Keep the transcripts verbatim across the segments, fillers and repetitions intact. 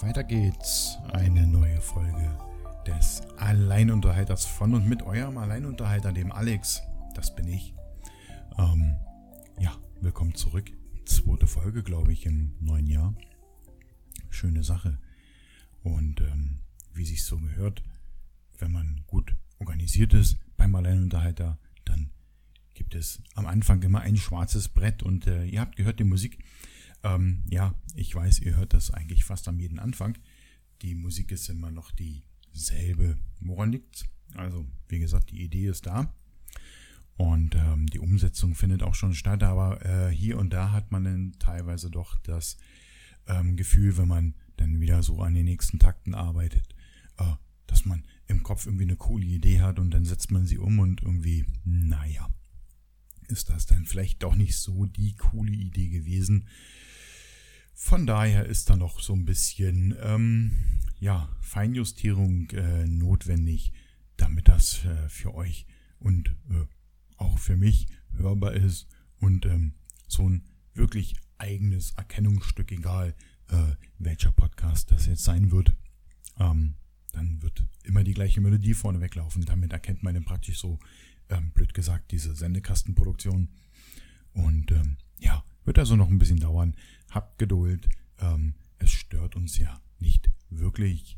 Weiter geht's. Eine neue Folge des Alleinunterhalters von und mit eurem Alleinunterhalter, dem Alex. Das bin ich. Ähm, ja, willkommen zurück. Zweite Folge, glaube ich, im neuen Jahr. Schöne Sache. Und ähm, wie sich's so gehört, wenn man gut organisiert ist beim Alleinunterhalter, dann gibt es am Anfang immer ein schwarzes Brett und äh, ihr habt gehört die Musik. Ähm, ja, ich weiß, ihr hört das eigentlich fast am jeden Anfang. Die Musik ist immer noch dieselbe. Woran liegt's? Also, wie gesagt, die Idee ist da und ähm, die Umsetzung findet auch schon statt, aber äh, hier und da hat man dann teilweise doch das ähm, Gefühl, wenn man dann wieder so an den nächsten Takten arbeitet, äh, dass man im Kopf irgendwie eine coole Idee hat und dann setzt man sie um und irgendwie, naja, ist das dann vielleicht doch nicht so die coole Idee gewesen. Von daher ist da noch so ein bisschen ähm, ja, Feinjustierung äh, notwendig, damit das äh, für euch und äh, auch für mich hörbar ist und ähm, so ein wirklich eigenes Erkennungsstück, egal äh, welcher Podcast das jetzt sein wird, ähm, dann wird immer die gleiche Melodie vorne weglaufen. Damit erkennt man dann praktisch so, ähm, blöd gesagt, diese Sendekastenproduktion. Und ähm, ja, wird also noch ein bisschen dauern. Habt Geduld. Ähm, es stört uns ja nicht wirklich.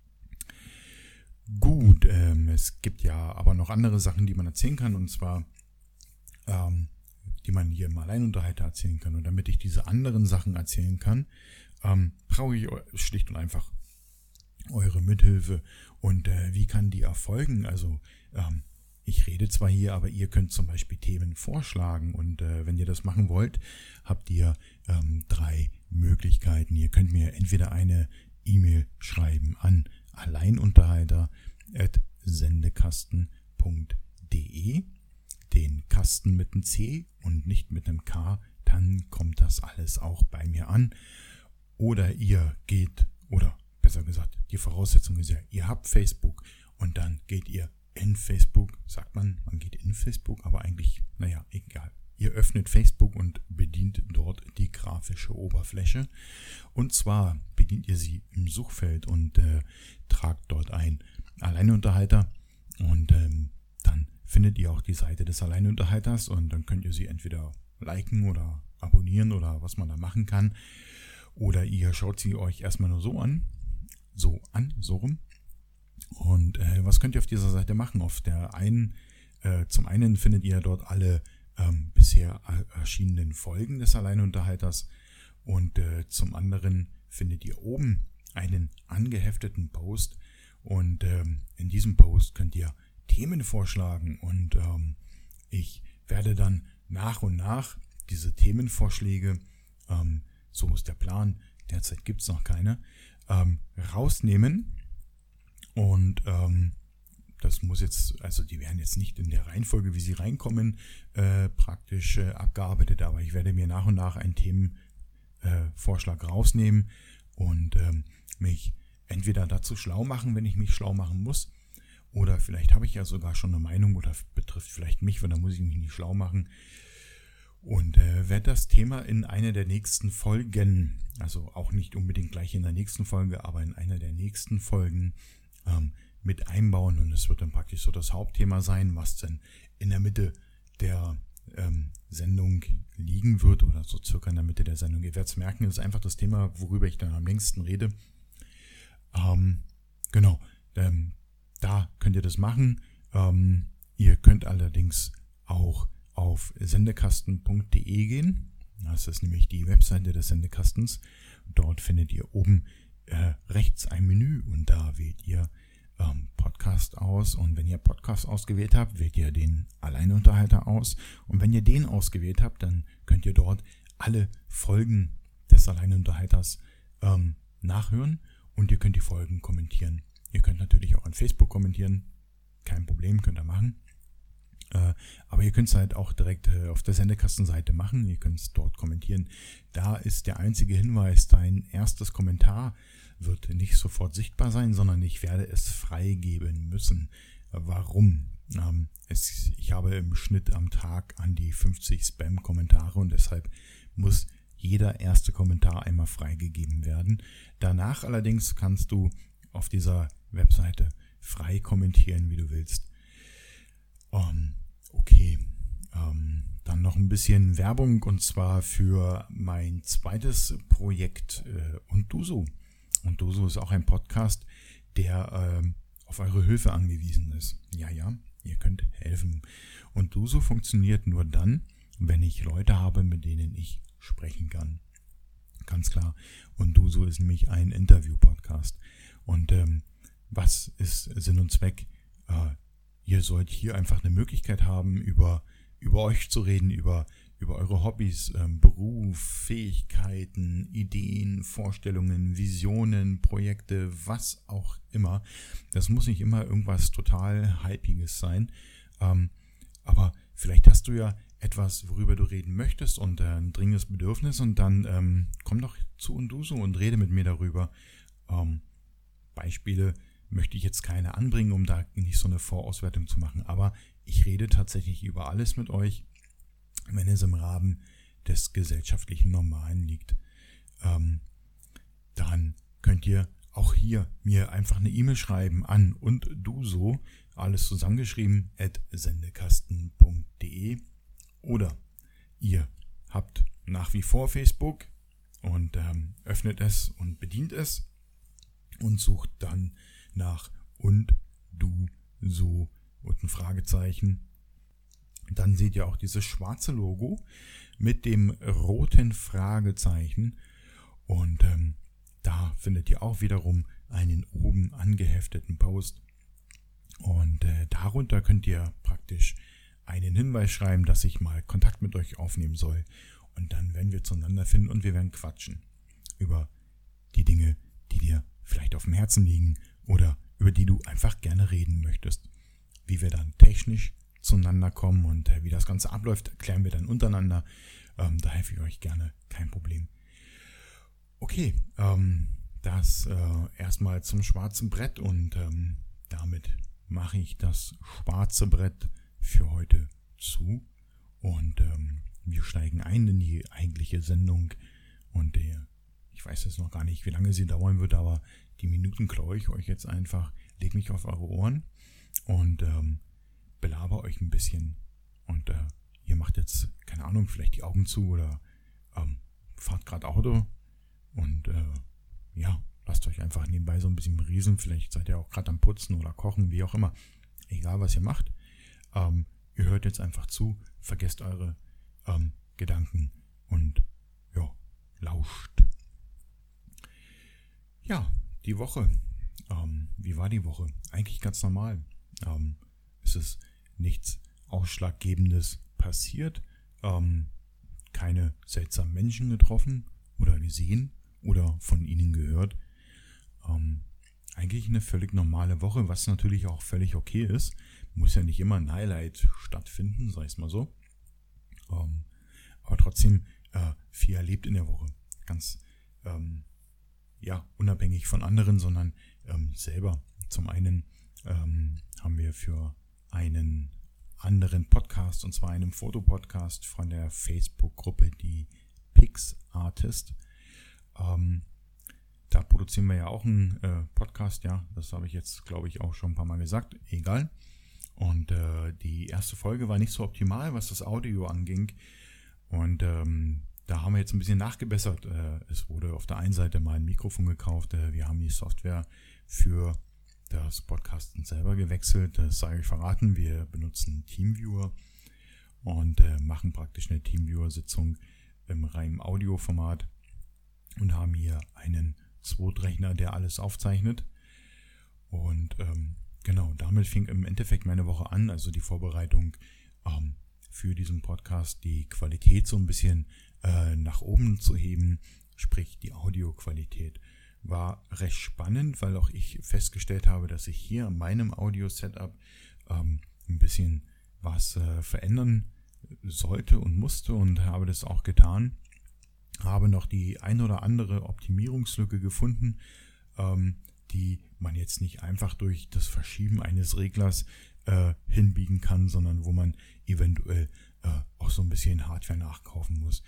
Gut, ähm, es gibt ja aber noch andere Sachen, die man erzählen kann. Und zwar, ähm, die man hier im Alleinunterhalter erzählen kann. Und damit ich diese anderen Sachen erzählen kann, ähm, brauche ich schlicht und einfach eure Mithilfe. Und äh, wie kann die erfolgen? Also, ähm, ich rede zwar hier, aber ihr könnt zum Beispiel Themen vorschlagen und äh, wenn ihr das machen wollt, habt ihr ähm, drei Möglichkeiten. Ihr könnt mir entweder eine E-Mail schreiben an alleinunterhalter at sendekasten punkt de, den Kasten mit einem C und nicht mit einem K, dann kommt das alles auch bei mir an. Oder ihr geht, oder besser gesagt, die Voraussetzung ist ja, ihr habt Facebook und dann geht ihr in Facebook, sagt man, man geht in Facebook, aber eigentlich, naja, egal. Ihr öffnet Facebook und bedient dort die grafische Oberfläche. Und zwar bedient ihr sie im Suchfeld und äh, tragt dort ein Alleinunterhalter. Und ähm, dann findet ihr auch die Seite des Alleinunterhalters und dann könnt ihr sie entweder liken oder abonnieren oder was man da machen kann. Oder ihr schaut sie euch erstmal nur so an, so an, so rum. Und äh, was könnt ihr auf dieser Seite machen? Auf der einen, äh, zum einen findet ihr dort alle ähm, bisher erschienenen Folgen des Alleinunterhalters und äh, zum anderen findet ihr oben einen angehefteten Post und ähm, in diesem Post könnt ihr Themen vorschlagen und ähm, ich werde dann nach und nach diese Themenvorschläge, ähm, so ist der Plan, derzeit gibt es noch keine, ähm, rausnehmen. Und ähm, das muss jetzt, also die werden jetzt nicht in der Reihenfolge, wie sie reinkommen, äh, praktisch äh, abgearbeitet, aber ich werde mir nach und nach einen Themenvorschlag äh, rausnehmen und ähm, mich entweder dazu schlau machen, wenn ich mich schlau machen muss, oder vielleicht habe ich ja sogar schon eine Meinung oder betrifft vielleicht mich, weil da muss ich mich nicht schlau machen. Und äh, werde das Thema in einer der nächsten Folgen, also auch nicht unbedingt gleich in der nächsten Folge, aber in einer der nächsten Folgen ähm, mit einbauen. Und es wird dann praktisch so das Hauptthema sein, was dann in der Mitte der ähm, Sendung liegen wird oder so circa in der Mitte der Sendung. Ihr werdet es merken, es ist einfach das Thema, worüber ich dann am längsten rede. Ähm, genau, ähm, da könnt ihr das machen. Ähm, ihr könnt allerdings auch auf sendekasten punkt de gehen. Das ist nämlich die Webseite des Sendekastens. Dort findet ihr oben äh, rechts ein Menü und da wählt ihr ähm, Podcast aus. Und wenn ihr Podcast ausgewählt habt, wählt ihr den Alleinunterhalter aus. Und wenn ihr den ausgewählt habt, dann könnt ihr dort alle Folgen des Alleinunterhalters ähm, nachhören und ihr könnt die Folgen kommentieren. Ihr könnt natürlich auch an Facebook kommentieren. Kein Problem, könnt ihr machen. Aber ihr könnt es halt auch direkt auf der Sendekastenseite machen. Ihr könnt es dort kommentieren. Da ist der einzige Hinweis, dein erstes Kommentar wird nicht sofort sichtbar sein, sondern ich werde es freigeben müssen. Warum? Ähm, es, ich habe im Schnitt am Tag an die fünfzig Spam-Kommentare und deshalb muss jeder erste Kommentar einmal freigegeben werden. Danach allerdings kannst du auf dieser Webseite frei kommentieren, wie du willst. Um, okay, um, dann noch ein bisschen Werbung und zwar für mein zweites Projekt äh, Unduso. Unduso ist auch ein Podcast, der äh, auf eure Hilfe angewiesen ist. Ja, ja, ihr könnt helfen. Unduso funktioniert nur dann, wenn ich Leute habe, mit denen ich sprechen kann. Ganz klar. Unduso ist nämlich ein Interview-Podcast. Und ähm, was ist Sinn und Zweck? Äh, ihr sollt hier einfach eine Möglichkeit haben, über, über euch zu reden, über, über eure Hobbys, ähm, Beruf, Fähigkeiten, Ideen, Vorstellungen, Visionen, Projekte, was auch immer. Das muss nicht immer irgendwas total Hypiges sein. Ähm, aber vielleicht hast du ja etwas, worüber du reden möchtest und äh, ein dringendes Bedürfnis und dann ähm, komm doch zu Unduso und rede mit mir darüber. Ähm, Beispiele möchte ich jetzt keine anbringen, um da nicht so eine Vorauswertung zu machen, aber ich rede tatsächlich über alles mit euch, wenn es im Rahmen des gesellschaftlichen Normalen liegt. Ähm, dann könnt ihr auch hier mir einfach eine E-Mail schreiben an Unduso, alles zusammengeschrieben, at sendekasten punkt de. Oder ihr habt nach wie vor Facebook und ähm, öffnet es und bedient es und sucht dann nach und du so und ein Fragezeichen. Dann seht ihr auch dieses schwarze Logo mit dem roten Fragezeichen und ähm, da findet ihr auch wiederum einen oben angehefteten Post und äh, darunter könnt ihr praktisch einen Hinweis schreiben, dass ich mal Kontakt mit euch aufnehmen soll und dann werden wir zueinander finden und wir werden quatschen über die Dinge, die dir vielleicht auf dem Herzen liegen oder über die du einfach gerne reden möchtest. Wie wir dann technisch zueinander kommen und äh, wie das Ganze abläuft, erklären wir dann untereinander. Ähm, da helfe ich euch gerne, kein Problem. Okay, ähm, das äh, erstmal zum schwarzen Brett und ähm, damit mache ich das schwarze Brett für heute zu und ähm, wir steigen ein in die eigentliche Sendung und äh, ich weiß jetzt noch gar nicht, wie lange sie dauern wird, aber die Minuten klaue ich euch jetzt einfach, leg mich auf eure Ohren und ähm, belaber euch ein bisschen und äh, ihr macht jetzt, keine Ahnung, vielleicht die Augen zu oder ähm, fahrt gerade Auto und äh, ja, lasst euch einfach nebenbei so ein bisschen berieseln, vielleicht seid ihr auch gerade am Putzen oder Kochen, wie auch immer, egal was ihr macht, ähm, ihr hört jetzt einfach zu, vergesst eure ähm, Gedanken und ja, lauscht. Ja, die Woche. Ähm, wie war die Woche? Eigentlich ganz normal. Ähm, es ist nichts Ausschlaggebendes passiert. Ähm, keine seltsamen Menschen getroffen oder gesehen oder von ihnen gehört. Ähm, eigentlich eine völlig normale Woche, was natürlich auch völlig okay ist. Muss ja nicht immer ein Highlight stattfinden, sag ich mal so. Ähm, aber trotzdem äh, viel erlebt in der Woche. Ganz ähm, ja, unabhängig von anderen, sondern ähm, selber. Zum einen ähm, haben wir für einen anderen Podcast, und zwar einen Fotopodcast von der Facebook-Gruppe, die PixArtist. Ähm, da produzieren wir ja auch einen äh, Podcast, ja, das habe ich jetzt, glaube ich, auch schon ein paar Mal gesagt, egal. Und äh, die erste Folge war nicht so optimal, was das Audio anging. Und ähm, da haben wir jetzt ein bisschen nachgebessert. Es wurde auf der einen Seite mal ein Mikrofon gekauft. Wir haben die Software für das Podcasten selber gewechselt. Das sei euch verraten. Wir benutzen TeamViewer und machen praktisch eine TeamViewer-Sitzung im reinen Audioformat und haben hier einen Zweitrechner, der alles aufzeichnet. Und ähm, genau, damit fing im Endeffekt meine Woche an, also die Vorbereitung ähm, für diesen Podcast, die Qualität so ein bisschen äh, nach oben zu heben, sprich die Audioqualität. War recht spannend, weil auch ich festgestellt habe, dass ich hier in meinem Audio-Setup ähm, ein bisschen was äh, verändern sollte und musste und habe das auch getan. Habe noch die ein oder andere Optimierungslücke gefunden, ähm, die man jetzt nicht einfach durch das Verschieben eines Reglers äh, hinbiegen kann, sondern wo man eventuell äh, auch so ein bisschen Hardware nachkaufen muss.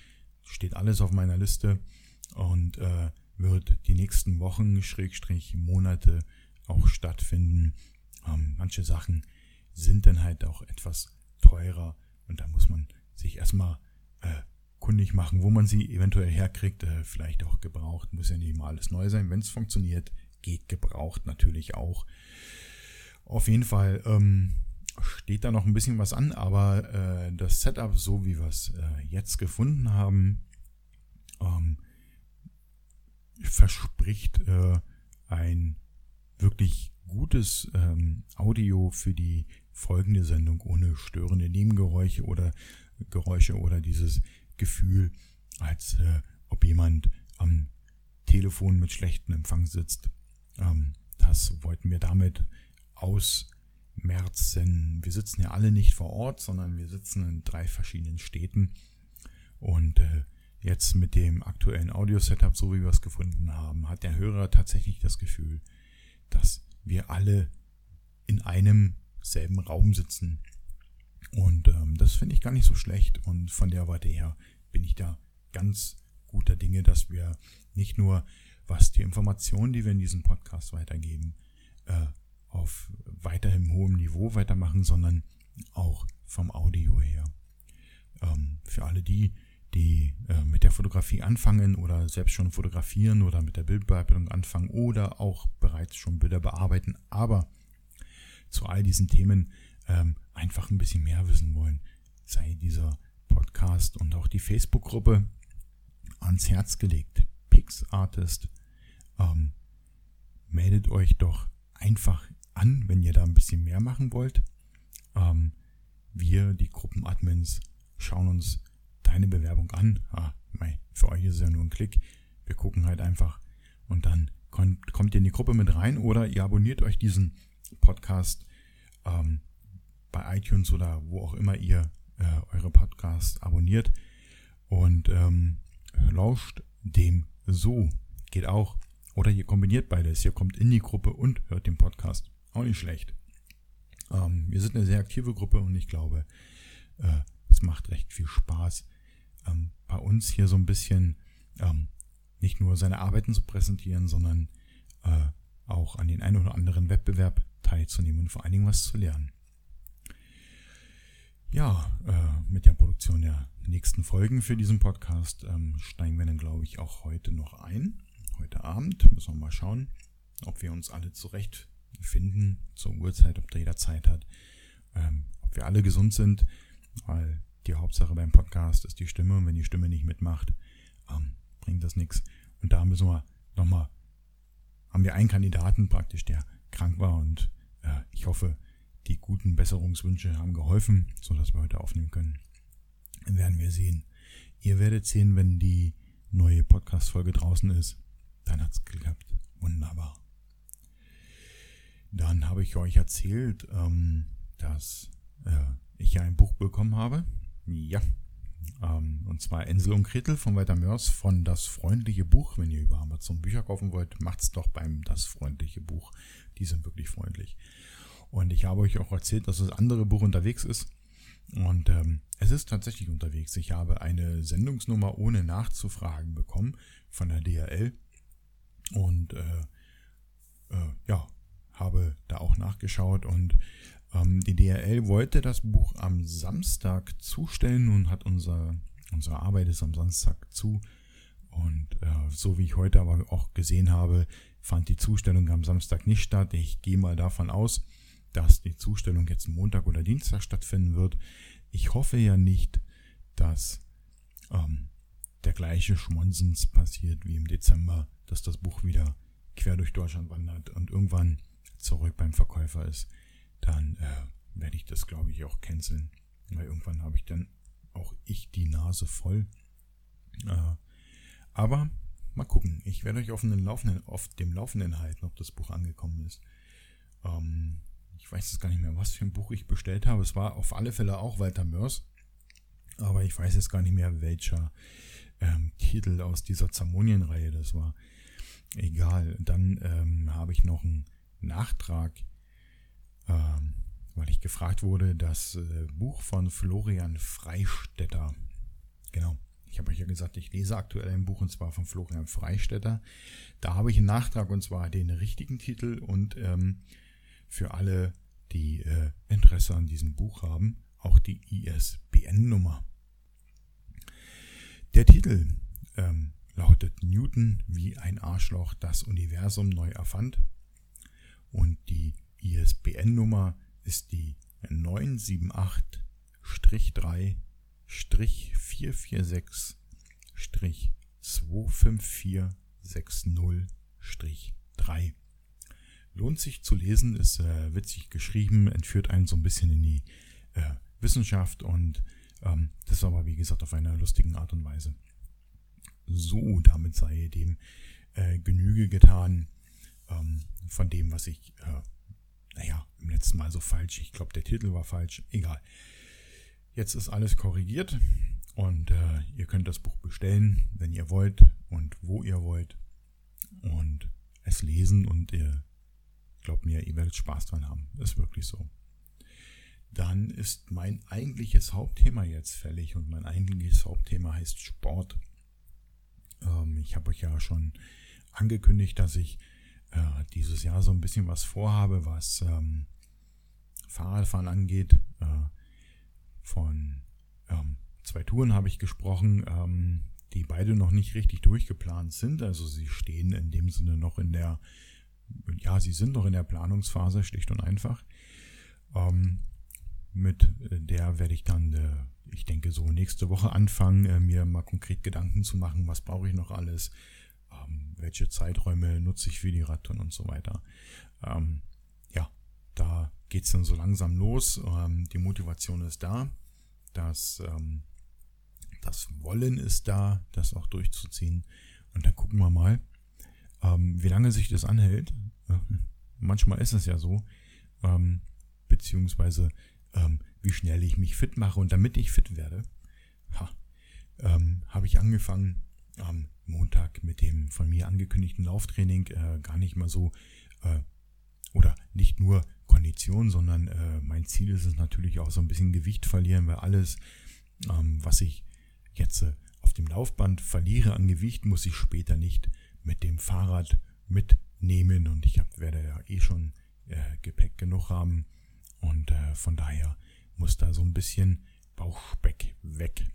steht alles auf meiner Liste und äh, wird die nächsten Wochen, Schrägstrich Monate auch stattfinden. Ähm, manche Sachen sind dann halt auch etwas teurer und da muss man sich erstmal äh, kundig machen, wo man sie eventuell herkriegt, äh, vielleicht auch gebraucht, muss ja nicht mal alles neu sein. Wenn es funktioniert, geht gebraucht natürlich auch. Auf jeden Fall ähm, steht da noch ein bisschen was an, aber äh, das Setup, so wie wir es äh, jetzt gefunden haben, ähm, verspricht äh, ein wirklich gutes ähm, Audio für die folgende Sendung ohne störende Nebengeräusche oder Geräusche oder dieses Gefühl, als äh, ob jemand am Telefon mit schlechtem Empfang sitzt. Ähm, das wollten wir damit ausmerzen. Wir sitzen ja alle nicht vor Ort, sondern wir sitzen in drei verschiedenen Städten und äh, jetzt mit dem aktuellen Audio-Setup, so wie wir es gefunden haben, hat der Hörer tatsächlich das Gefühl, dass wir alle in einem selben Raum sitzen. Und ähm, das finde ich gar nicht so schlecht. Und von der Warte her bin ich da ganz guter Dinge, dass wir nicht nur, was die Informationen, die wir in diesem Podcast weitergeben, äh, auf weiterhin hohem Niveau weitermachen, sondern auch vom Audio her. Ähm, für alle die, die äh, mit der Fotografie anfangen oder selbst schon fotografieren oder mit der Bildbearbeitung anfangen oder auch bereits schon Bilder bearbeiten, aber zu all diesen Themen ähm, einfach ein bisschen mehr wissen wollen, sei dieser Podcast und auch die Facebook-Gruppe ans Herz gelegt. PixArtist, ähm, meldet euch doch einfach an, wenn ihr da ein bisschen mehr machen wollt. Ähm, wir, die Gruppenadmins, schauen uns deine Bewerbung an. Ah, mei, für euch ist es ja nur ein Klick. Wir gucken halt einfach und dann kommt, kommt ihr in die Gruppe mit rein oder ihr abonniert euch diesen Podcast ähm, bei iTunes oder wo auch immer ihr äh, eure Podcasts abonniert und ähm, lauscht dem so. Geht auch. Oder ihr kombiniert beides. Ihr kommt in die Gruppe und hört den Podcast. Auch nicht schlecht. Ähm, wir sind eine sehr aktive Gruppe und ich glaube, äh, es macht recht viel Spaß, ähm, bei uns hier so ein bisschen ähm, nicht nur seine Arbeiten zu präsentieren, sondern äh, auch an den einen oder anderen Wettbewerb teilzunehmen und vor allen Dingen was zu lernen. Ja, äh, mit der Produktion der nächsten Folgen für diesen Podcast ähm, steigen wir dann, glaube ich, auch heute noch ein. Heute Abend müssen wir mal schauen, ob wir uns alle zurechtfinden zur Uhrzeit, ob da jeder Zeit hat, ähm, ob wir alle gesund sind, weil die Hauptsache beim Podcast ist die Stimme und wenn die Stimme nicht mitmacht, ähm, bringt das nichts. Und da müssen wir nochmal, haben wir einen Kandidaten praktisch, der krank war und äh, ich hoffe, die guten Besserungswünsche haben geholfen, sodass wir heute aufnehmen können. Dann werden wir sehen. Ihr werdet sehen, wenn die neue Podcast-Folge draußen ist. Dann hat's geklappt. Wunderbar. Dann habe ich euch erzählt, ähm, dass äh, ich ja ein Buch bekommen habe. Ja. Ähm, und zwar Ensel und Gretel von Walter Mörs von Das freundliche Buch. Wenn ihr über Amazon Bücher kaufen wollt, macht's doch beim Das freundliche Buch. Die sind wirklich freundlich. Und ich habe euch auch erzählt, dass das andere Buch unterwegs ist. Und ähm, es ist tatsächlich unterwegs. Ich habe eine Sendungsnummer ohne nachzufragen bekommen von der D H L. Und äh, äh, ja, habe da auch nachgeschaut. Und ähm, die D H L wollte das Buch am Samstag zustellen und hat unser, unsere Arbeit ist am Samstag zu. Und äh, so wie ich heute aber auch gesehen habe, fand die Zustellung am Samstag nicht statt. Ich gehe mal davon aus, dass die Zustellung jetzt Montag oder Dienstag stattfinden wird. Ich hoffe ja nicht, dass ähm, der gleiche Schmonsens passiert wie im Dezember, dass das Buch wieder quer durch Deutschland wandert und irgendwann zurück beim Verkäufer ist. Dann äh, werde ich das, glaube ich, auch canceln. Weil irgendwann habe ich dann auch ich die Nase voll. Äh, aber mal gucken. Ich werde euch auf, den Laufenden, auf dem Laufenden halten, ob das Buch angekommen ist. Ähm, Ich weiß jetzt gar nicht mehr, was für ein Buch ich bestellt habe. Es war auf alle Fälle auch Walter Mörs. Aber ich weiß jetzt gar nicht mehr, welcher ähm, Titel aus dieser Zamonien-Reihe das war. Egal. Dann ähm, habe ich noch einen Nachtrag, ähm, weil ich gefragt wurde, das äh, Buch von Florian Freistetter. Genau. ich habe euch ja gesagt, ich lese aktuell ein Buch und zwar von Florian Freistetter. Da habe ich einen Nachtrag und zwar den richtigen Titel und ähm, für alle, die äh, Interesse an diesem Buch haben, auch die I S B N-Nummer. Der Titel ähm, lautet Newton, wie ein Arschloch das Universum neu erfand. Und die I S B N-Nummer ist die neun sieben acht drei vier vier sechs zwei fünf vier sechs null drei. Lohnt sich zu lesen, ist äh, witzig geschrieben, entführt einen so ein bisschen in die äh, Wissenschaft und ähm, das aber wie gesagt auf einer lustigen Art und Weise. So, damit sei dem äh, Genüge getan ähm, von dem, was ich, äh, naja, im letzten Mal so falsch, ich glaube der Titel war falsch, egal. Jetzt ist alles korrigiert und äh, ihr könnt das Buch bestellen, wenn ihr wollt und wo ihr wollt und es lesen und ihr glaubt mir, ihr werdet Spaß dran haben. Ist wirklich so. Dann ist mein eigentliches Hauptthema jetzt fällig und mein eigentliches Hauptthema heißt Sport. Ähm, ich habe euch ja schon angekündigt, dass ich äh, dieses Jahr so ein bisschen was vorhabe, was ähm, Fahrradfahren angeht. Äh, von ähm, zwei Touren habe ich gesprochen, ähm, die beide noch nicht richtig durchgeplant sind. Also sie stehen in dem Sinne noch in der, ja, sie sind noch in der Planungsphase, schlicht und einfach. Ähm, mit der werde ich dann, äh, ich denke, so nächste Woche anfangen, äh, mir mal konkret Gedanken zu machen, was brauche ich noch alles, ähm, welche Zeiträume nutze ich für die Radtouren und so weiter. Ähm, ja, da geht es dann so langsam los. Ähm, die Motivation ist da, das, ähm, das Wollen ist da, das auch durchzuziehen. Und dann gucken wir mal, ähm, wie lange sich das anhält. Äh, manchmal ist es ja so, ähm, beziehungsweise ähm, wie schnell ich mich fit mache. Und damit ich fit werde, ha, ähm, habe ich angefangen am Montag mit dem von mir angekündigten Lauftraining, äh, gar nicht mal so, äh, oder nicht nur Kondition, sondern äh, mein Ziel ist es natürlich auch so ein bisschen Gewicht verlieren, weil alles, ähm, was ich jetzt äh, auf dem Laufband verliere an Gewicht, muss ich später nicht mit dem Fahrrad mitnehmen und ich hab, werde ja eh schon äh, Gepäck genug haben und äh, von daher muss da so ein bisschen Bauchspeck weg.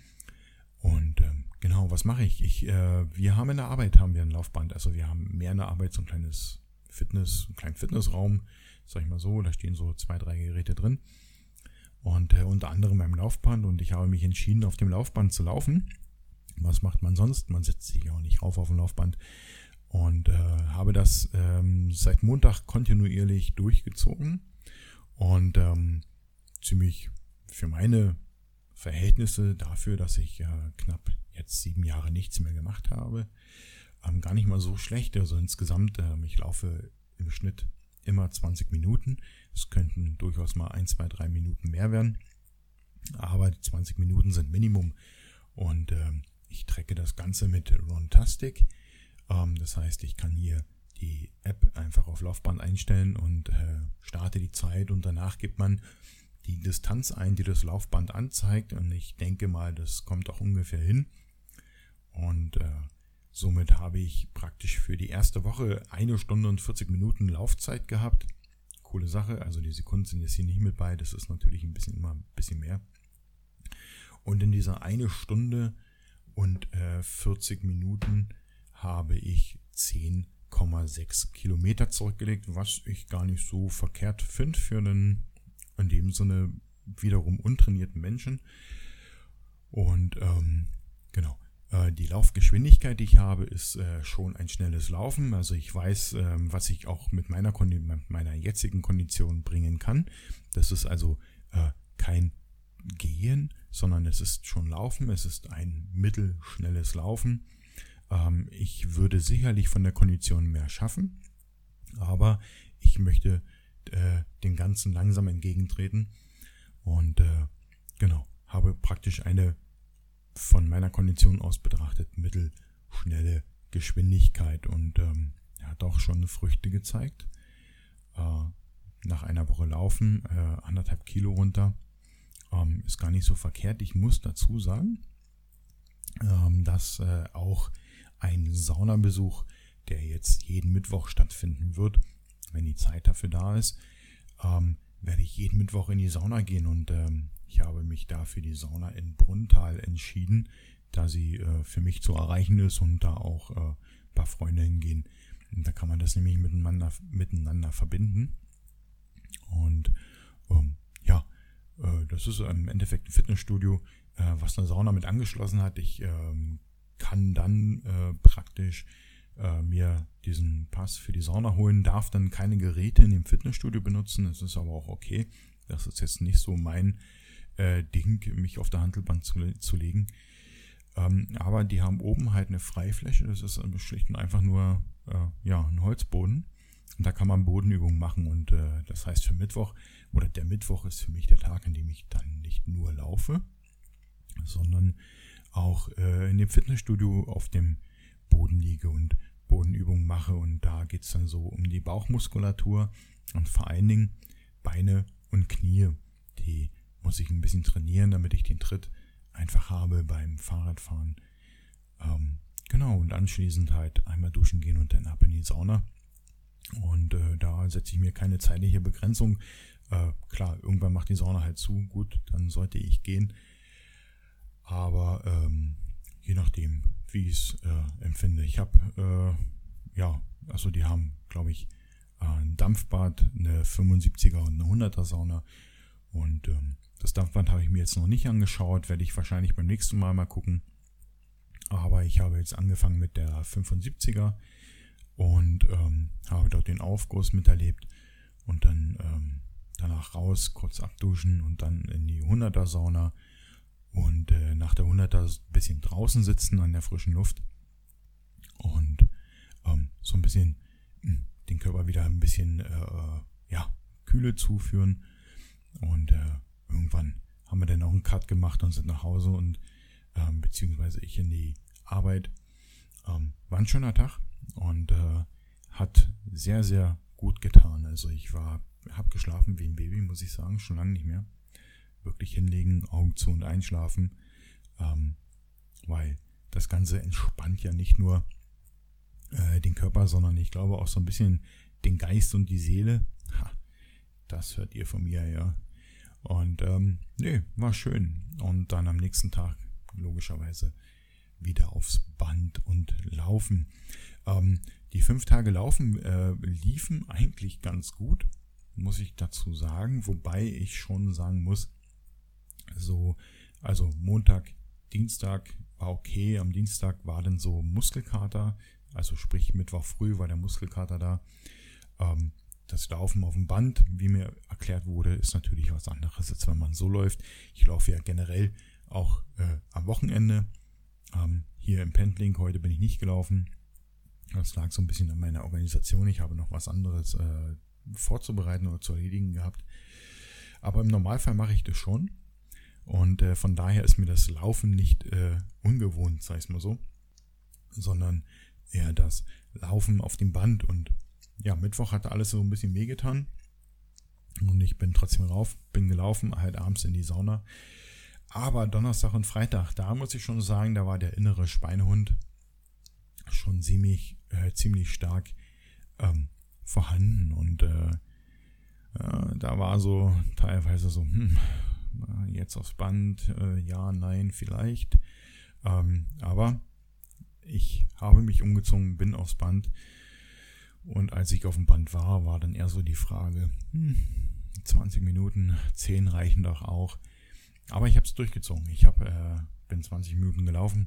Und ähm, genau, was mache ich? Ich äh, wir haben in der Arbeit haben wir ein Laufband, also wir haben mehr in der Arbeit so ein kleines Fitness, einen kleinen Fitnessraum, sag ich mal so, da stehen so zwei, drei Geräte drin und äh, unter anderem beim Laufband und ich habe mich entschieden, auf dem Laufband zu laufen. Was macht man sonst? Man setzt sich auch nicht rauf auf dem Laufband und äh, habe das ähm, seit Montag kontinuierlich durchgezogen und ähm, ziemlich für meine Verhältnisse dafür, dass ich äh, knapp jetzt sieben Jahre nichts mehr gemacht habe, ähm, gar nicht mal so schlecht. Also insgesamt, äh, ich laufe im Schnitt immer zwanzig Minuten. Es könnten durchaus mal ein, zwei, drei Minuten mehr werden, aber die zwanzig Minuten sind Minimum und äh, ich tracke das Ganze mit Runtastic. Ähm, das heißt, ich kann hier die App einfach auf Laufband einstellen und äh, starte die Zeit und danach gibt man die Distanz ein, die das Laufband anzeigt und ich denke mal, das kommt auch ungefähr hin und äh, somit habe ich praktisch für die erste Woche eine Stunde und vierzig Minuten Laufzeit gehabt. Coole Sache, also die Sekunden sind jetzt hier nicht mit bei, das ist natürlich ein bisschen immer ein bisschen mehr. Und in dieser eine Stunde und äh, vierzig Minuten habe ich zehn Komma sechs Kilometer zurückgelegt, was ich gar nicht so verkehrt finde für einen in dem Sinne wiederum untrainierten Menschen. Und ähm, genau, äh, die Laufgeschwindigkeit, die ich habe, ist äh, schon ein schnelles Laufen. Also ich weiß, äh, was ich auch mit meiner, Kondi- mit meiner jetzigen Kondition bringen kann. Das ist also äh, kein Gehen, sondern es ist schon Laufen. Es ist ein mittelschnelles Laufen. Ähm, ich würde sicherlich von der Kondition mehr schaffen, aber ich möchte den Ganzen langsam entgegentreten und äh, genau, habe praktisch eine von meiner Kondition aus betrachtet mittelschnelle Geschwindigkeit und ähm, hat auch schon Früchte gezeigt. Äh, nach einer Woche Laufen, äh, anderthalb Kilo runter, ähm, ist gar nicht so verkehrt. Ich muss dazu sagen, ähm, dass äh, auch ein Saunabesuch, der jetzt jeden Mittwoch stattfinden wird, wenn die Zeit dafür da ist, ähm, werde ich jeden Mittwoch in die Sauna gehen und ähm, ich habe mich da für die Sauna in Brunnthal entschieden, da sie äh, für mich zu erreichen ist und da auch äh, ein paar Freunde hingehen. Und da kann man das nämlich miteinander, miteinander verbinden. Und ähm, ja, äh, das ist im Endeffekt ein Fitnessstudio, äh, was eine Sauna mit angeschlossen hat. Ich ähm, kann dann äh, praktisch äh, mir diesen Pass für die Sauna holen, darf dann keine Geräte in dem Fitnessstudio benutzen. Das ist aber auch okay. Das ist jetzt nicht so mein äh, Ding, mich auf der Hantelbank zu, zu legen. Ähm, aber die haben oben halt eine Freifläche. Das ist schlicht und einfach nur äh, ja, ein Holzboden. Und da kann man Bodenübungen machen. Und äh, das heißt für Mittwoch, oder der Mittwoch ist für mich der Tag, an dem ich dann nicht nur laufe, sondern auch äh, in dem Fitnessstudio auf dem Boden liege und Bodenübungen mache. Und da geht es dann so um die Bauchmuskulatur und vor allen Dingen Beine und Knie. Die muss ich ein bisschen trainieren, damit ich den Tritt einfach habe beim Fahrradfahren. Ähm, genau, und anschließend halt einmal duschen gehen und dann ab in die Sauna. Und äh, da setze ich mir keine zeitliche Begrenzung. Äh, klar, irgendwann macht die Sauna halt zu. Gut, dann sollte ich gehen. Aber ähm, je nachdem, wie ich es äh, empfinde. Ich habe, äh, ja, also die haben, glaube ich, äh, ein Dampfbad, eine fünfundsiebziger und eine hunderter Sauna. Und ähm, das Dampfbad habe ich mir jetzt noch nicht angeschaut, werde ich wahrscheinlich beim nächsten Mal mal gucken. Aber ich habe jetzt angefangen mit der fünfundsiebziger und ähm, habe dort den Aufguss miterlebt und dann ähm, danach raus, kurz abduschen und dann in die hunderter Sauna und äh, nach der hunderter ein bisschen draußen sitzen an der frischen Luft und ähm, so ein bisschen mh, den Körper wieder ein bisschen äh, ja, Kühle zuführen und äh, irgendwann haben wir dann auch einen Cut gemacht und sind nach Hause und ähm, beziehungsweise ich in die Arbeit. Ähm, war ein schöner Tag und äh, hat sehr, sehr gut getan. Also ich war, habe geschlafen wie ein Baby, muss ich sagen, schon lange nicht mehr. Wirklich hinlegen, Augen zu und einschlafen, ähm, weil das Ganze entspannt ja nicht nur äh, den Körper, sondern ich glaube auch so ein bisschen den Geist und die Seele. Ha, das hört ihr von mir, ja. Und ähm, nee, war schön. Und dann am nächsten Tag logischerweise wieder aufs Band und laufen. Ähm, die fünf Tage Laufen äh, liefen eigentlich ganz gut, muss ich dazu sagen. Wobei ich schon sagen muss, so, also Montag, Dienstag war okay. Am Dienstag war dann so Muskelkater. Also sprich Mittwoch früh war der Muskelkater da. Ähm, Das Laufen auf dem Band, wie mir erklärt wurde, ist natürlich was anderes, als wenn man so läuft. Ich laufe ja generell auch äh, am Wochenende ähm, hier im Pendling. Heute bin ich nicht gelaufen. Das lag so ein bisschen an meiner Organisation. Ich habe noch was anderes äh, vorzubereiten oder zu erledigen gehabt. Aber im Normalfall mache ich das schon. Und äh, von daher ist mir das Laufen nicht äh, ungewohnt, sag ich mal so, sondern eher das Laufen auf dem Band. Und ja, Mittwoch hatte alles so ein bisschen wehgetan und ich bin trotzdem rauf, bin gelaufen, halt abends in die Sauna. Aber Donnerstag und Freitag, da muss ich schon sagen, da war der innere Schweinehund schon ziemlich, äh, ziemlich stark ähm, vorhanden und äh, äh, da war so teilweise so, hm, jetzt aufs Band, äh, ja, nein, vielleicht. Ähm, aber ich habe mich umgezogen, bin aufs Band. Und als ich auf dem Band war, war dann eher so die Frage, hm, zwanzig Minuten, zehn reichen doch auch. Aber ich habe es durchgezogen. Ich hab, äh, bin zwanzig Minuten gelaufen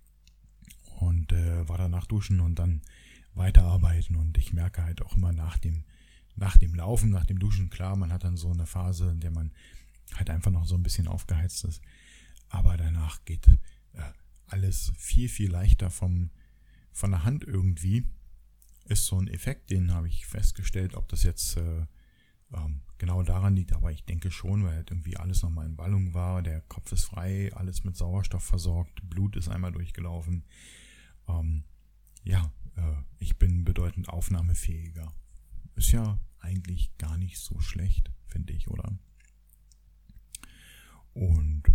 und äh, war danach duschen und dann weiterarbeiten. Und ich merke halt auch immer nach dem, nach dem Laufen, nach dem Duschen, klar, man hat dann so eine Phase, in der man halt einfach noch so ein bisschen aufgeheizt ist. Aber danach geht äh, alles viel, viel leichter vom, von der Hand irgendwie. Ist so ein Effekt, den habe ich festgestellt, ob das jetzt äh, ähm, genau daran liegt, aber ich denke schon, weil halt irgendwie alles nochmal in Wallung war, der Kopf ist frei, alles mit Sauerstoff versorgt, Blut ist einmal durchgelaufen. Ähm, ja, äh, ich bin bedeutend aufnahmefähiger. Ist ja eigentlich gar nicht so schlecht, finde ich, oder? Und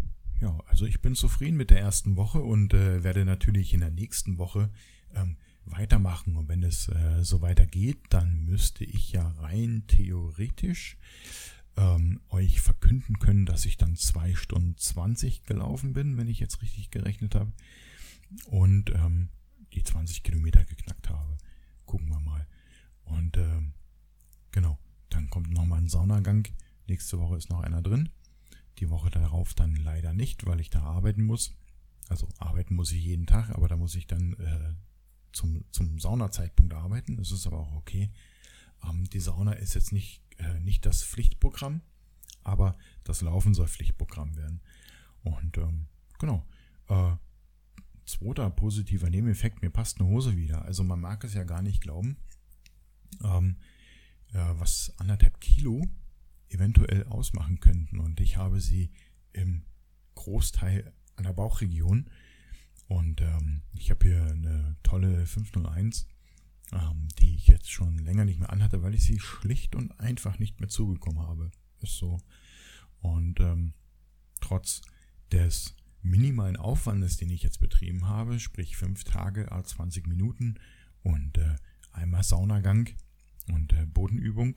ja, also ich bin zufrieden mit der ersten Woche und äh, werde natürlich in der nächsten Woche ähm, weitermachen. Und wenn es äh, so weitergeht, dann müsste ich ja rein theoretisch ähm, euch verkünden können, dass ich dann zwei Stunden zwanzig gelaufen bin, wenn ich jetzt richtig gerechnet habe. Und ähm, die zwanzig Kilometer geknackt habe. Gucken wir mal. Und ähm, genau, dann kommt nochmal ein Saunagang. Nächste Woche ist noch einer drin. Die Woche darauf dann leider nicht, weil ich da arbeiten muss. Also arbeiten muss ich jeden Tag, aber da muss ich dann äh, zum, zum Saunazeitpunkt arbeiten. Das ist aber auch okay. Ähm, die Sauna ist jetzt nicht, äh, nicht das Pflichtprogramm, aber das Laufen soll Pflichtprogramm werden. Und ähm, genau, äh, zweiter positiver Nebeneffekt, mir passt eine Hose wieder. Also man mag es ja gar nicht glauben, ähm, äh, was anderthalb Kilo eventuell ausmachen könnten. Und ich habe sie im Großteil an der Bauchregion. Und ähm, ich habe hier eine tolle fünf null eins, ähm, die ich jetzt schon länger nicht mehr anhatte, weil ich sie schlicht und einfach nicht mehr zugekommen habe. Ist so. Und ähm, trotz des minimalen Aufwandes, den ich jetzt betrieben habe, sprich fünf Tage, à zwanzig Minuten und äh, einmal Saunagang und äh, Bodenübung,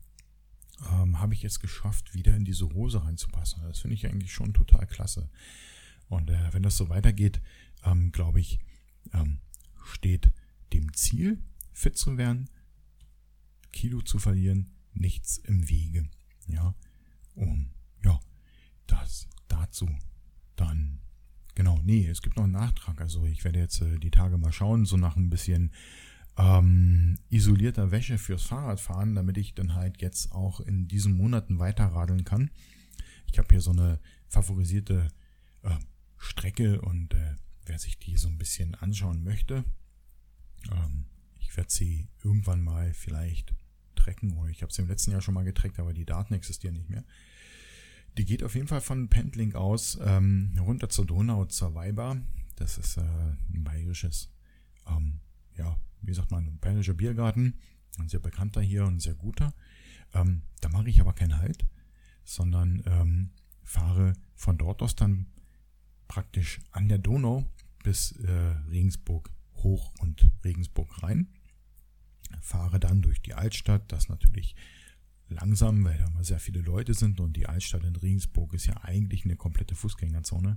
ähm, habe ich jetzt geschafft, wieder in diese Hose reinzupassen. Das finde ich eigentlich schon total klasse. Und äh, wenn das so weitergeht, ähm, glaube ich, ähm, steht dem Ziel, fit zu werden, Kilo zu verlieren, nichts im Wege. Ja, um, ja, das dazu. Dann, genau, nee, es gibt noch einen Nachtrag. Also ich werde jetzt äh, die Tage mal schauen, so nach ein bisschen ähm, isolierter Wäsche fürs Fahrradfahren, damit ich dann halt jetzt auch in diesen Monaten weiterradeln kann. Ich habe hier so eine favorisierte äh, Strecke und äh, wer sich die so ein bisschen anschauen möchte, ähm, ich werde sie irgendwann mal vielleicht tracken. Oder ich habe sie im letzten Jahr schon mal getrackt, aber die Daten existieren nicht mehr. Die geht auf jeden Fall von Pendling aus ähm, runter zur Donau, zur Weiber. Das ist äh, ein bayerisches, ähm, ja, wie sagt man, ein bayerischer Biergarten. Ein sehr bekannter hier und sehr guter. Ähm, da mache ich aber keinen Halt, sondern ähm, fahre von dort aus dann praktisch an der Donau bis äh, Regensburg hoch und Regensburg rein. Fahre dann durch die Altstadt, das natürlich langsam, weil da mal sehr viele Leute sind und die Altstadt in Regensburg ist ja eigentlich eine komplette Fußgängerzone.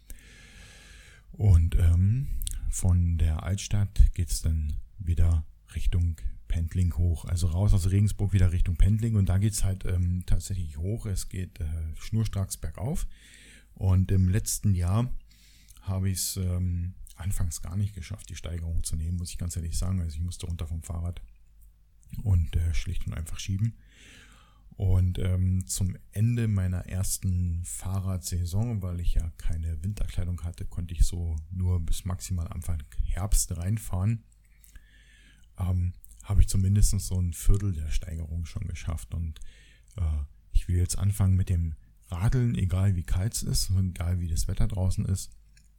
Und ähm, von der Altstadt geht es dann wieder Richtung Pendling hoch, also raus aus Regensburg wieder Richtung Pendling und da geht es halt ähm, tatsächlich hoch, es geht äh, schnurstracks bergauf und im letzten Jahr habe ich es ähm, anfangs gar nicht geschafft, die Steigerung zu nehmen, muss ich ganz ehrlich sagen, also ich musste runter vom Fahrrad und äh, schlicht und einfach schieben. Und ähm, zum Ende meiner ersten Fahrradsaison, weil ich ja keine Winterkleidung hatte, konnte ich so nur bis maximal Anfang Herbst reinfahren. Ähm, habe ich zumindest so ein Viertel der Steigerung schon geschafft. Und äh, ich will jetzt anfangen mit dem Radeln, egal wie kalt es ist und egal wie das Wetter draußen ist,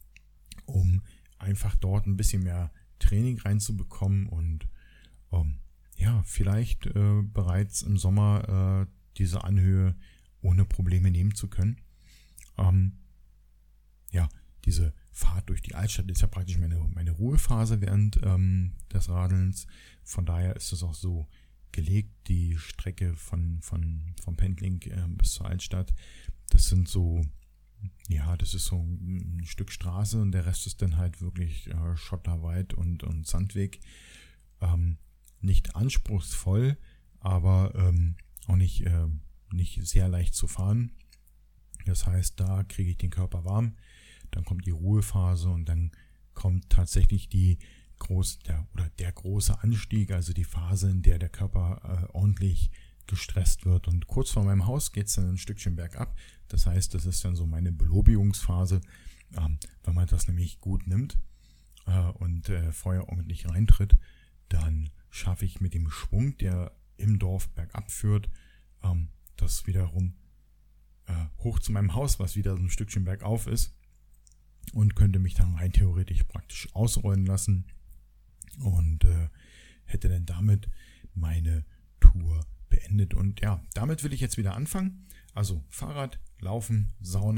um einfach dort ein bisschen mehr Training reinzubekommen und um, ja, vielleicht äh, bereits im Sommer äh, diese Anhöhe ohne Probleme nehmen zu können. Ähm, ja, diese Fahrt durch die Altstadt ist ja praktisch meine, meine Ruhephase während ähm, des Radelns. Von daher ist es auch so gelegt, die Strecke von, von, vom Pendling äh, bis zur Altstadt. Das sind so, ja, das ist so ein Stück Straße und der Rest ist dann halt wirklich äh, Schotterwald und, und Sandweg. Ähm, Nicht anspruchsvoll, aber ähm, auch nicht, äh, nicht sehr leicht zu fahren. Das heißt, da kriege ich den Körper warm, dann kommt die Ruhephase und dann kommt tatsächlich die groß, der, oder der große Anstieg, also die Phase, in der der Körper äh, ordentlich gestresst wird. Und kurz vor meinem Haus geht es dann ein Stückchen bergab. Das heißt, das ist dann so meine Belobigungsphase, ähm, wenn man das nämlich gut nimmt äh, und äh, vorher ordentlich reintritt, dann schaffe ich mit dem Schwung, der im Dorf bergab führt, ähm, das wiederum äh, hoch zu meinem Haus, was wieder so ein Stückchen bergauf ist und könnte mich dann rein theoretisch praktisch ausrollen lassen und äh, hätte dann damit meine Tour beendet. Und ja, damit will ich jetzt wieder anfangen. Also Fahrrad, Laufen, Sauna,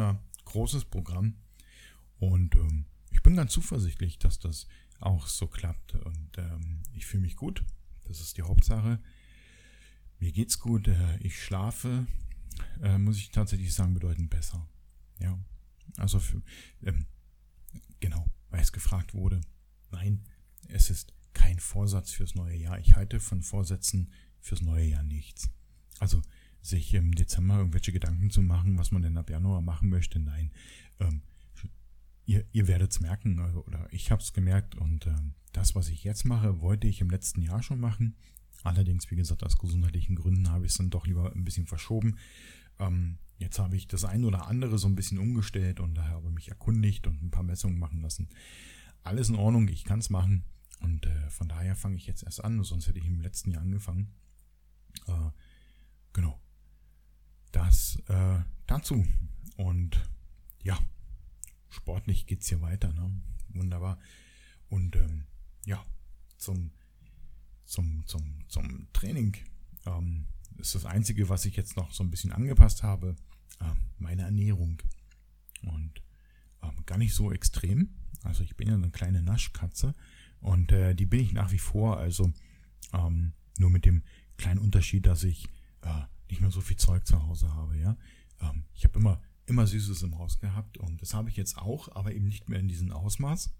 großes Programm. Und ähm, ich bin ganz zuversichtlich, dass das auch so klappt. Und ähm, ich fühle mich gut. Das ist die Hauptsache. Mir geht's gut. Äh, ich schlafe, äh, muss ich tatsächlich sagen, bedeutend besser. Ja, also für, ähm, genau, weil es gefragt wurde. Nein, es ist kein Vorsatz fürs neue Jahr. Ich halte von Vorsätzen fürs neue Jahr nichts. Also sich im Dezember irgendwelche Gedanken zu machen, was man denn ab Januar machen möchte, nein. Ähm, ihr ihr werdet es merken, also, oder ich habe es gemerkt und ähm, das, was ich jetzt mache, wollte ich im letzten Jahr schon machen. Allerdings, wie gesagt, aus gesundheitlichen Gründen habe ich es dann doch lieber ein bisschen verschoben. Ähm, jetzt habe ich das ein oder andere so ein bisschen umgestellt und habe mich erkundigt und ein paar Messungen machen lassen. Alles in Ordnung, ich kann es machen und äh, von daher fange ich jetzt erst an, sonst hätte ich im letzten Jahr angefangen. Äh, genau. Das äh, dazu. Und ja, sportlich geht's hier weiter, ne? Wunderbar. Und ähm, ja, zum, zum, zum, zum Training ähm, ist das Einzige, was ich jetzt noch so ein bisschen angepasst habe, äh, meine Ernährung. Und ähm, gar nicht so extrem. Also ich bin ja eine kleine Naschkatze und äh, die bin ich nach wie vor. Also ähm, nur mit dem kleinen Unterschied, dass ich äh, nicht mehr so viel Zeug zu Hause habe. Ja, ähm, ich habe immer immer Süßes im Haus gehabt und das habe ich jetzt auch, aber eben nicht mehr in diesem Ausmaß.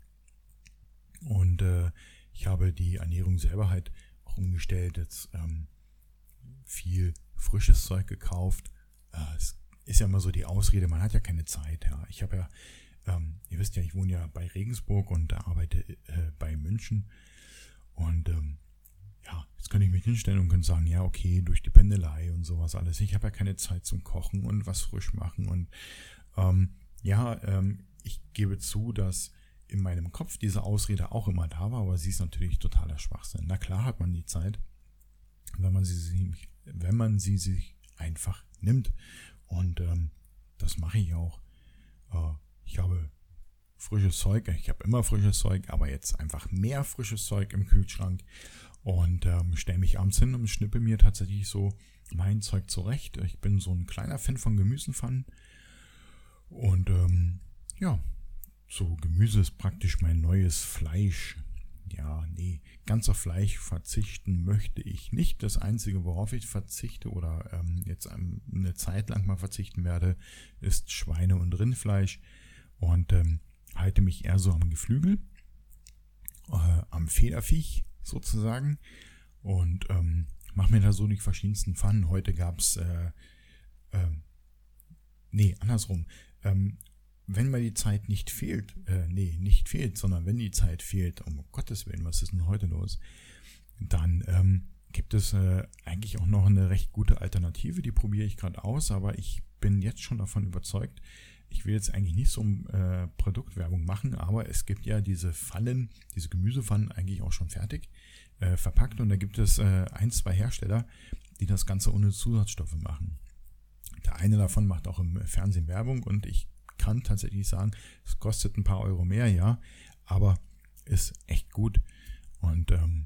Und äh, ich habe die Ernährung selber halt auch umgestellt. Jetzt ähm, viel frisches Zeug gekauft. Äh, es ist ja immer so die Ausrede, man hat ja keine Zeit. Ja, ich habe ja Ähm, ihr wisst ja, ich wohne ja bei Regensburg und arbeite äh, bei München. Und ähm, ja, jetzt könnte ich mich hinstellen und könnte sagen, ja, okay, durch die Pendelei und sowas alles. Ich habe ja keine Zeit zum Kochen und was frisch machen. Und ähm, ja, ähm, ich gebe zu, dass in meinem Kopf diese Ausrede auch immer da war, aber sie ist natürlich totaler Schwachsinn. Na klar hat man die Zeit, wenn man sie sich, wenn man sie sich einfach nimmt. Und ähm, das mache ich auch. Äh, Ich habe frisches Zeug, ich habe immer frisches Zeug, aber jetzt einfach mehr frisches Zeug im Kühlschrank und ähm, stelle mich abends hin und schnippe mir tatsächlich so mein Zeug zurecht. Ich bin so ein kleiner Fan von Gemüsepfannen und ähm, ja, so Gemüse ist praktisch mein neues Fleisch. Ja, nee, ganz auf Fleisch verzichten möchte ich nicht. Das Einzige, worauf ich verzichte oder ähm, jetzt eine Zeit lang mal verzichten werde, ist Schweine- und Rindfleisch. Und ähm, halte mich eher so am Geflügel, äh, am Federviech sozusagen. Und ähm, mache mir da so die verschiedensten Pfannen. Heute gab es, äh, äh, nee, andersrum. Ähm, wenn mir die Zeit nicht fehlt, äh, nee, nicht fehlt, sondern wenn die Zeit fehlt, um Gottes Willen, was ist denn heute los? Dann ähm, gibt es äh, eigentlich auch noch eine recht gute Alternative, die probiere ich gerade aus, aber ich bin jetzt schon davon überzeugt, ich will jetzt eigentlich nicht so äh, Produktwerbung machen, aber es gibt ja diese Pfannen, diese Gemüsepfannen eigentlich auch schon fertig äh, verpackt und da gibt es äh, ein, zwei Hersteller, die das Ganze ohne Zusatzstoffe machen. Der eine davon macht auch im Fernsehen Werbung und ich kann tatsächlich sagen, es kostet ein paar Euro mehr, ja, aber ist echt gut und ähm,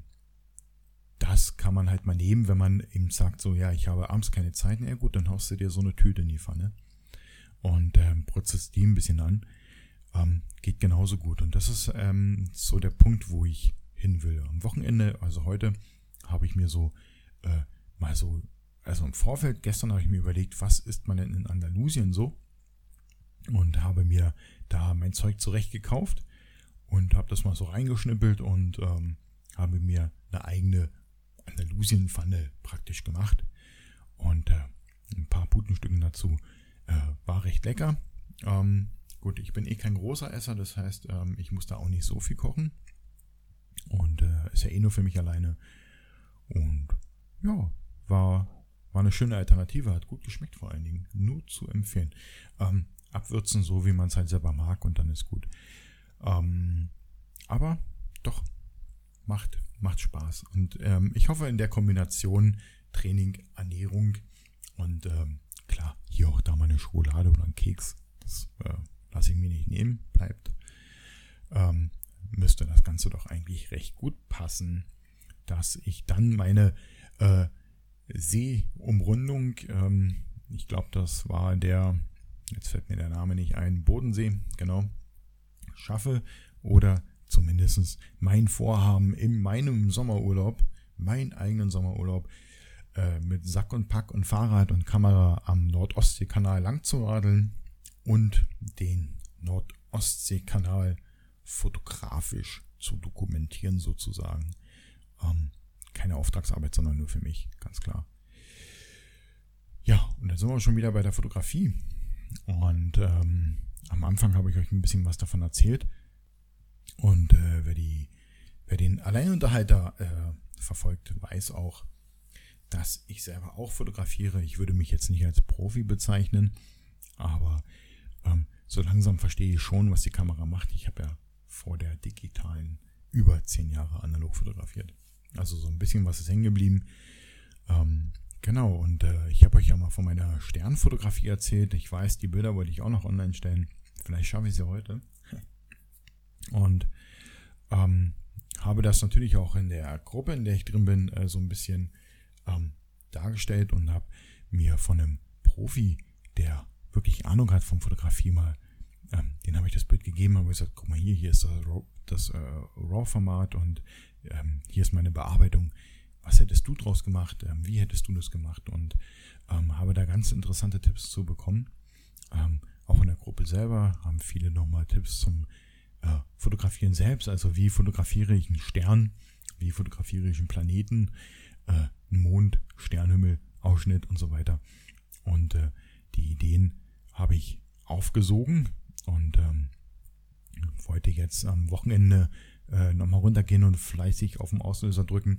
das kann man halt mal nehmen, wenn man eben sagt, so ja, ich habe abends keine Zeit, na gut, dann haust du dir so eine Tüte in die Pfanne und ähm, prozesst die ein bisschen an, ähm, geht genauso gut. Und das ist ähm, so der Punkt, wo ich hin will. Am Wochenende, also heute, habe ich mir so äh, mal so, also im Vorfeld, gestern habe ich mir überlegt, was isst man denn in Andalusien so? Und habe mir da mein Zeug zurecht gekauft und habe das mal so reingeschnippelt und ähm, habe mir eine eigene Andalusien-Pfanne praktisch gemacht. Und äh, ein paar Putenstücken dazu. Äh, war recht lecker. Ähm, gut, ich bin eh kein großer Esser, das heißt, ähm, ich muss da auch nicht so viel kochen. Und äh, ist ja eh nur für mich alleine. Und ja, war, war eine schöne Alternative, hat gut geschmeckt vor allen Dingen. Nur zu empfehlen. Ähm, abwürzen, so wie man es halt selber mag und dann ist gut. Ähm, aber doch, macht, macht Spaß. Und ähm, ich hoffe in der Kombination Training, Ernährung und ähm, klar, hier auch da mal eine Schokolade oder ein Keks, das äh, lasse ich mir nicht nehmen, bleibt. Ähm, müsste das Ganze doch eigentlich recht gut passen, dass ich dann meine äh, Seeumrundung, ähm, ich glaube, das war der jetzt fällt mir der Name nicht ein, Bodensee, genau, schaffe oder zumindest mein Vorhaben in meinem Sommerurlaub, meinen eigenen Sommerurlaub, äh, mit Sack und Pack und Fahrrad und Kamera am Nordostseekanal lang zu radeln und den Nordostseekanal fotografisch zu dokumentieren sozusagen. Ähm, keine Auftragsarbeit, sondern nur für mich, ganz klar. Ja, und dann sind wir schon wieder bei der Fotografie. Und ähm, am Anfang habe ich euch ein bisschen was davon erzählt. Und äh, wer, die, wer den Alleinunterhalter äh, verfolgt, weiß auch, dass ich selber auch fotografiere. Ich würde mich jetzt nicht als Profi bezeichnen, aber ähm, so langsam verstehe ich schon, was die Kamera macht. Ich habe ja vor der digitalen über zehn Jahre analog fotografiert. Also so ein bisschen was ist hängen geblieben. Ähm, genau, und äh, ich habe euch ja mal von meiner Sternfotografie erzählt. Ich weiß, die Bilder wollte ich auch noch online stellen. Vielleicht schaffe ich sie heute. Und ähm, habe das natürlich auch in der Gruppe, in der ich drin bin, äh, so ein bisschen ähm, dargestellt und habe mir von einem Profi, der wirklich Ahnung hat von Fotografie, mal, ähm, den habe ich das Bild gegeben, habe gesagt, guck mal hier, hier ist das, RAW, das äh, RAW-Format und ähm, hier ist meine Bearbeitung. Was hättest du draus gemacht? Ähm, wie hättest du das gemacht? Und ähm, habe da ganz interessante Tipps zu bekommen. Ähm, auch in der Gruppe selber haben viele nochmal Tipps zum äh, Fotografieren selbst. Also wie fotografiere ich einen Stern? Wie fotografiere ich einen Planeten? Äh, einen Mond, Sternhimmel, Ausschnitt und so weiter. Und äh, die Ideen habe ich aufgesogen und ähm, wollte jetzt am Wochenende äh, nochmal runtergehen und fleißig auf den Auslöser drücken.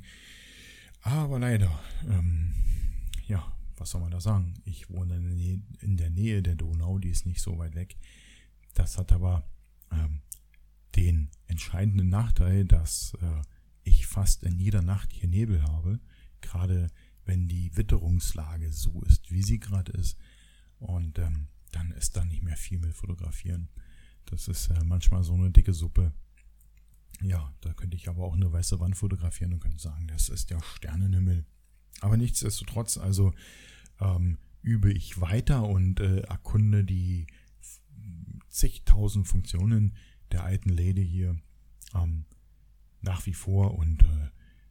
Aber leider, ähm, ja, was soll man da sagen? Ich wohne in der Nähe, in der Nähe der Donau, die ist nicht so weit weg. Das hat aber ähm, den entscheidenden Nachteil, dass äh, ich fast in jeder Nacht hier Nebel habe, gerade wenn die Witterungslage so ist, wie sie gerade ist. Und ähm, dann ist da nicht mehr viel mit Fotografieren. Das ist äh, manchmal so eine dicke Suppe. Ja, da könnte ich aber auch eine weiße Wand fotografieren und könnte sagen, das ist der Sternenhimmel. Aber nichtsdestotrotz, also ähm, übe ich weiter und äh, erkunde die zigtausend Funktionen der alten Lady hier ähm, nach wie vor und äh,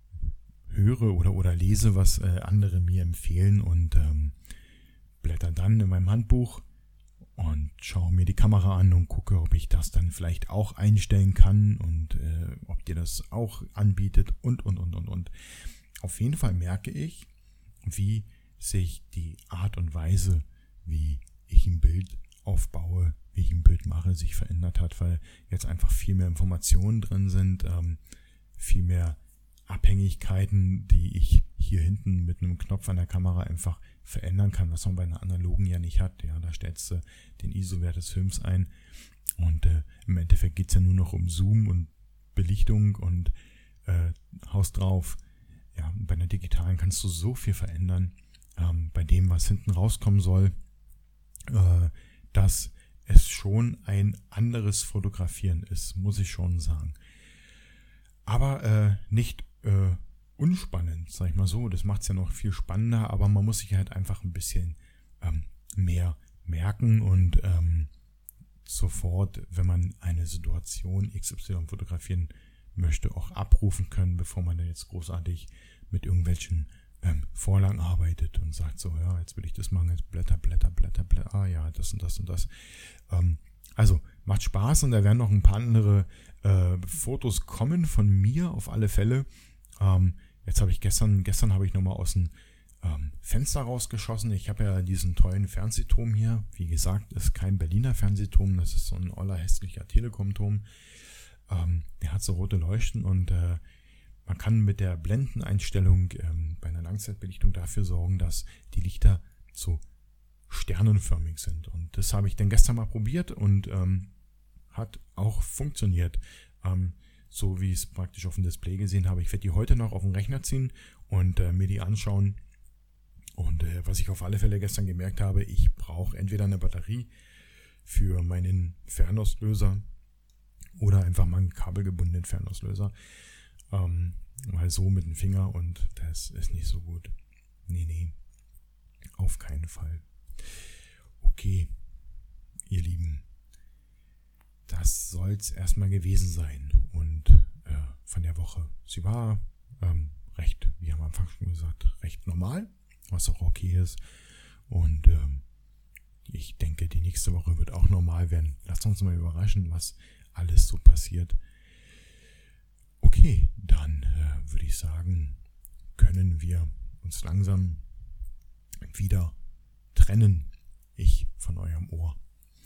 höre oder, oder lese, was äh, andere mir empfehlen und ähm, blätter dann in meinem Handbuch und schaue mir die Kamera an und gucke, ob ich das dann vielleicht auch einstellen kann und äh, ob dir das auch anbietet und, und, und, und, und. Auf jeden Fall merke ich, wie sich die Art und Weise, wie ich ein Bild aufbaue, wie ich ein Bild mache, sich verändert hat, weil jetzt einfach viel mehr Informationen drin sind, ähm, viel mehr Abhängigkeiten, die ich hier hinten mit einem Knopf an der Kamera einfach verändern kann, was man bei einer analogen ja nicht hat. Ja, da stellst du den I S O-Wert des Films ein und äh, im Endeffekt geht's ja nur noch um Zoom und Belichtung und äh, haust drauf. Ja, und bei einer digitalen kannst du so viel verändern, ähm, bei dem, was hinten rauskommen soll, äh, dass es schon ein anderes Fotografieren ist, muss ich schon sagen. Aber äh, nicht äh, unspannend, sag ich mal so. Das macht es ja noch viel spannender, aber man muss sich halt einfach ein bisschen ähm, mehr merken und ähm, sofort, wenn man eine Situation X Y fotografieren möchte, auch abrufen können, bevor man da jetzt großartig mit irgendwelchen ähm, Vorlagen arbeitet und sagt so, ja, jetzt will ich das machen, jetzt Blätter, Blätter, Blätter, Blätter, ah ja, das und das und das. Ähm, also macht Spaß und da werden noch ein paar andere äh, Fotos kommen von mir auf alle Fälle. Ähm, jetzt habe ich gestern, gestern habe ich nochmal aus dem ähm, Fenster rausgeschossen. Ich habe ja diesen tollen Fernsehturm hier. Wie gesagt, ist kein Berliner Fernsehturm, das ist so ein oller hässlicher Telekom-Turm. Ähm, der hat so rote Leuchten und äh, man kann mit der Blendeneinstellung ähm, bei einer Langzeitbelichtung dafür sorgen, dass die Lichter so sternenförmig sind. Und das habe ich dann gestern mal probiert und ähm, hat auch funktioniert. Ähm, so wie ich es praktisch auf dem Display gesehen habe. Ich werde die heute noch auf den Rechner ziehen und äh, mir die anschauen. Und äh, was ich auf alle Fälle gestern gemerkt habe, ich brauche entweder eine Batterie für meinen Fernauslöser oder einfach mal einen kabelgebundenen Fernauslöser. Ähm, weil so mit dem Finger und das ist nicht so gut. Nee, nee. Auf keinen Fall. Okay. soll es erstmal gewesen sein. Und äh, von der Woche. Sie war ähm, recht, wie am Anfang schon gesagt, recht normal, was auch okay ist. Und ähm, ich denke, die nächste Woche wird auch normal werden. Lasst uns mal überraschen, was alles so passiert. Okay, dann äh, würde ich sagen, können wir uns langsam wieder trennen, ich von eurem Ohr.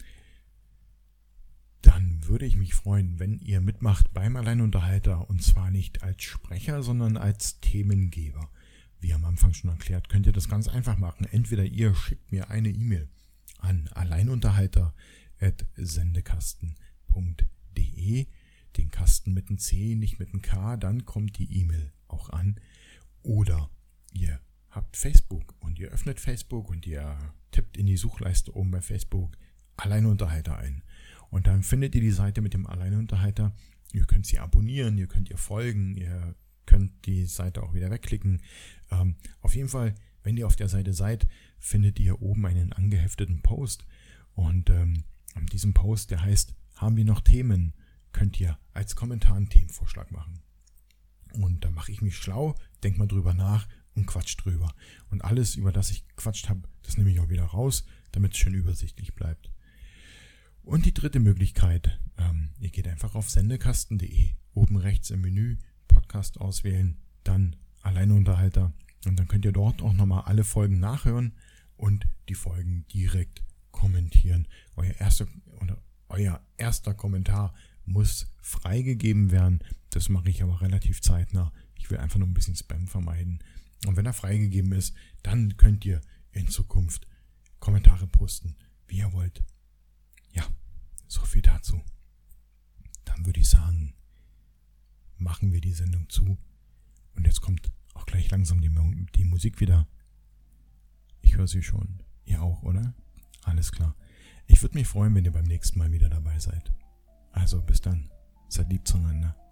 Dann würde ich mich freuen, wenn ihr mitmacht beim Alleinunterhalter, und zwar nicht als Sprecher, sondern als Themengeber. Wie am Anfang schon erklärt, könnt ihr das ganz einfach machen. Entweder ihr schickt mir eine E-Mail an alleinunterhalter at sendekasten punkt de, den Kasten mit einem C, nicht mit einem K, dann kommt die E-Mail auch an. Oder ihr habt Facebook und ihr öffnet Facebook und ihr tippt in die Suchleiste oben bei Facebook Alleinunterhalter ein. Und dann findet ihr die Seite mit dem Alleinunterhalter. Ihr könnt sie abonnieren, ihr könnt ihr folgen, ihr könnt die Seite auch wieder wegklicken. Ähm, auf jeden Fall, wenn ihr auf der Seite seid, findet ihr oben einen angehefteten Post. Und ähm, an diesem Post, der heißt, haben wir noch Themen, könnt ihr als Kommentar einen Themenvorschlag machen. Und da mache ich mich schlau, denk mal drüber nach und quatsch drüber. Und alles, über das ich gequatscht habe, das nehme ich auch wieder raus, damit es schön übersichtlich bleibt. Und die dritte Möglichkeit, ähm, ihr geht einfach auf sendekasten punkt de, oben rechts im Menü, Podcast auswählen, dann Alleinunterhalter, und dann könnt ihr dort auch nochmal alle Folgen nachhören und die Folgen direkt kommentieren. Euer erster, oder euer erster Kommentar muss freigegeben werden, das mache ich aber relativ zeitnah. Ich will einfach nur ein bisschen Spam vermeiden. Und wenn er freigegeben ist, dann könnt ihr in Zukunft Kommentare posten, wie ihr wollt. Ja, so viel dazu. Dann würde ich sagen, machen wir die Sendung zu. Und jetzt kommt auch gleich langsam die, die Musik wieder. Ich höre sie schon. Ihr auch, oder? Alles klar. Ich würde mich freuen, wenn ihr beim nächsten Mal wieder dabei seid. Also bis dann. Seid lieb zueinander.